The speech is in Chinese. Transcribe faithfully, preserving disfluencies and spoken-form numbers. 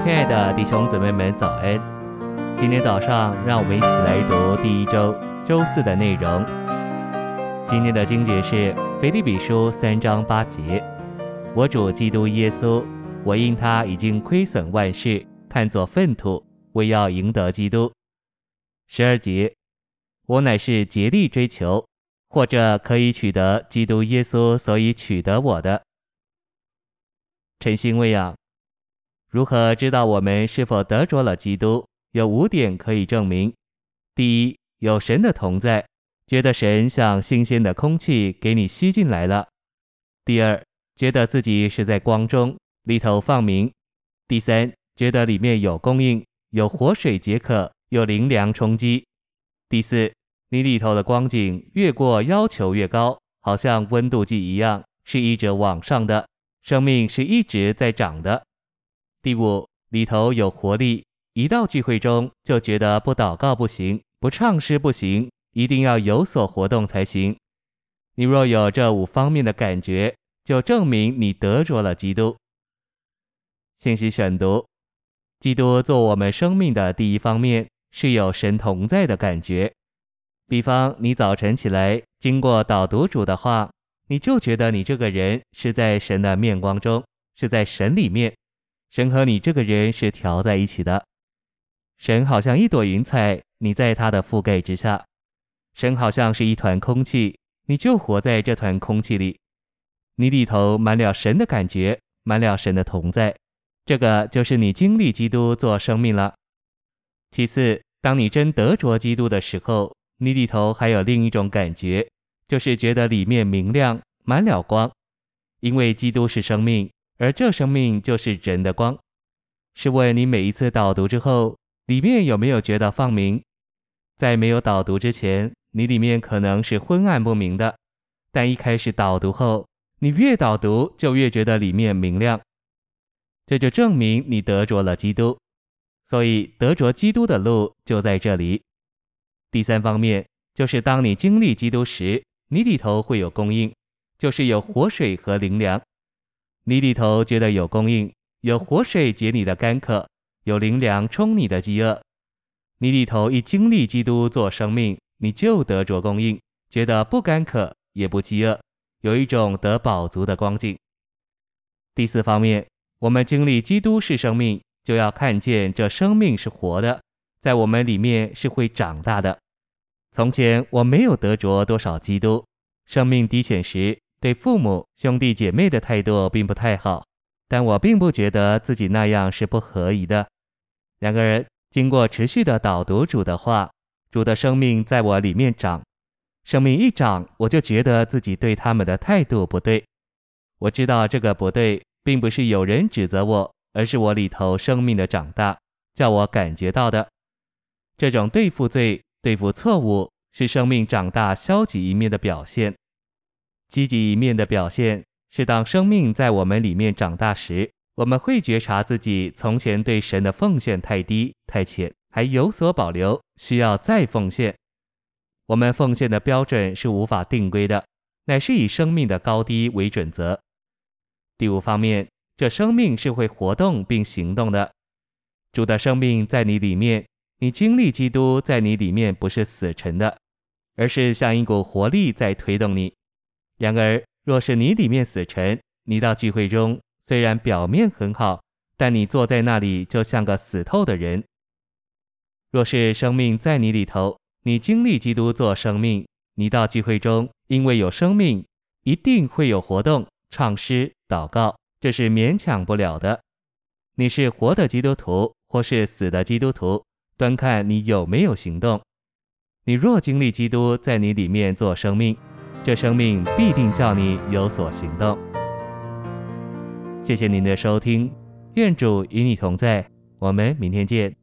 亲爱的弟兄姊妹们，早安！今天早上，让我们一起来读第一周周四的内容。今天的经节是腓立比书三章八节：我主基督耶稣，我因他已经亏损万事，看作粪土，为要赢得基督。十二节：我乃是竭力追求，或者可以取得基督耶稣所以取得我的。晨星喂养，如何知道我们是否得着了基督？有五点可以证明。第一，有神的同在，觉得神像新鲜的空气给你吸进来了。第二，觉得自己是在光中，里头放明。第三，觉得里面有供应，有活水解渴，有灵粮充饥。第四，你里头的光景越过要求越高，好像温度计一样，是一直往上的，生命是一直在长的。第五，里头有活力，一到聚会中就觉得不祷告不行，不唱诗不行，一定要有所活动才行。你若有这五方面的感觉，就证明你得着了基督。信息选读：基督做我们生命的第一方面，是有神同在的感觉。比方你早晨起来，经过导读主的话，你就觉得你这个人是在神的面光中，是在神里面，神和你这个人是调在一起的。神好像一朵云彩，你在他的覆盖之下。神好像是一团空气，你就活在这团空气里。你里头满了神的感觉，满了神的同在，这个就是你经历基督做生命了。其次，当你真得着基督的时候，你里头还有另一种感觉，就是觉得里面明亮，满了光。因为基督是生命，而这生命就是人的光。试问你每一次导读之后，里面有没有觉得放明？在没有导读之前，你里面可能是昏暗不明的，但一开始导读后，你越导读就越觉得里面明亮。这就证明你得着了基督。所以得着基督的路就在这里。第三方面，就是当你经历基督时，你里头会有供应，就是有活水和灵粮。你里头觉得有供应，有活水解你的干渴，有灵粮充你的饥饿。你里头一经历基督做生命，你就得着供应，觉得不干渴也不饥饿，有一种得饱足的光景。第四方面，我们经历基督是生命，就要看见这生命是活的，在我们里面是会长大的。从前我没有得着多少基督，生命低浅时，对父母兄弟姐妹的态度并不太好，但我并不觉得自己那样是不合宜的。然而经过持续的导读主的话，主的生命在我里面长，生命一长，我就觉得自己对他们的态度不对。我知道这个不对，并不是有人指责我，而是我里头生命的长大，叫我感觉到的。这种对付罪、对付错误，是生命长大消极一面的表现。积极一面的表现是当生命在我们里面长大时，我们会觉察自己从前对神的奉献太低太浅，还有所保留，需要再奉献。我们奉献的标准是无法定规的，乃是以生命的高低为准则。第五方面，这生命是会活动并行动的。主的生命在你里面，你经历基督在你里面不是死沉的，而是像一股活力在推动你。然而若是你里面死沉，你到聚会中虽然表面很好，但你坐在那里就像个死透的人。若是生命在你里头，你经历基督做生命，你到聚会中因为有生命，一定会有活动，唱诗祷告，这是勉强不了的。你是活的基督徒或是死的基督徒，端看你有没有行动。你若经历基督在你里面做生命，这生命必定叫你有所行动。谢谢您的收听，愿主与你同在，我们明天见。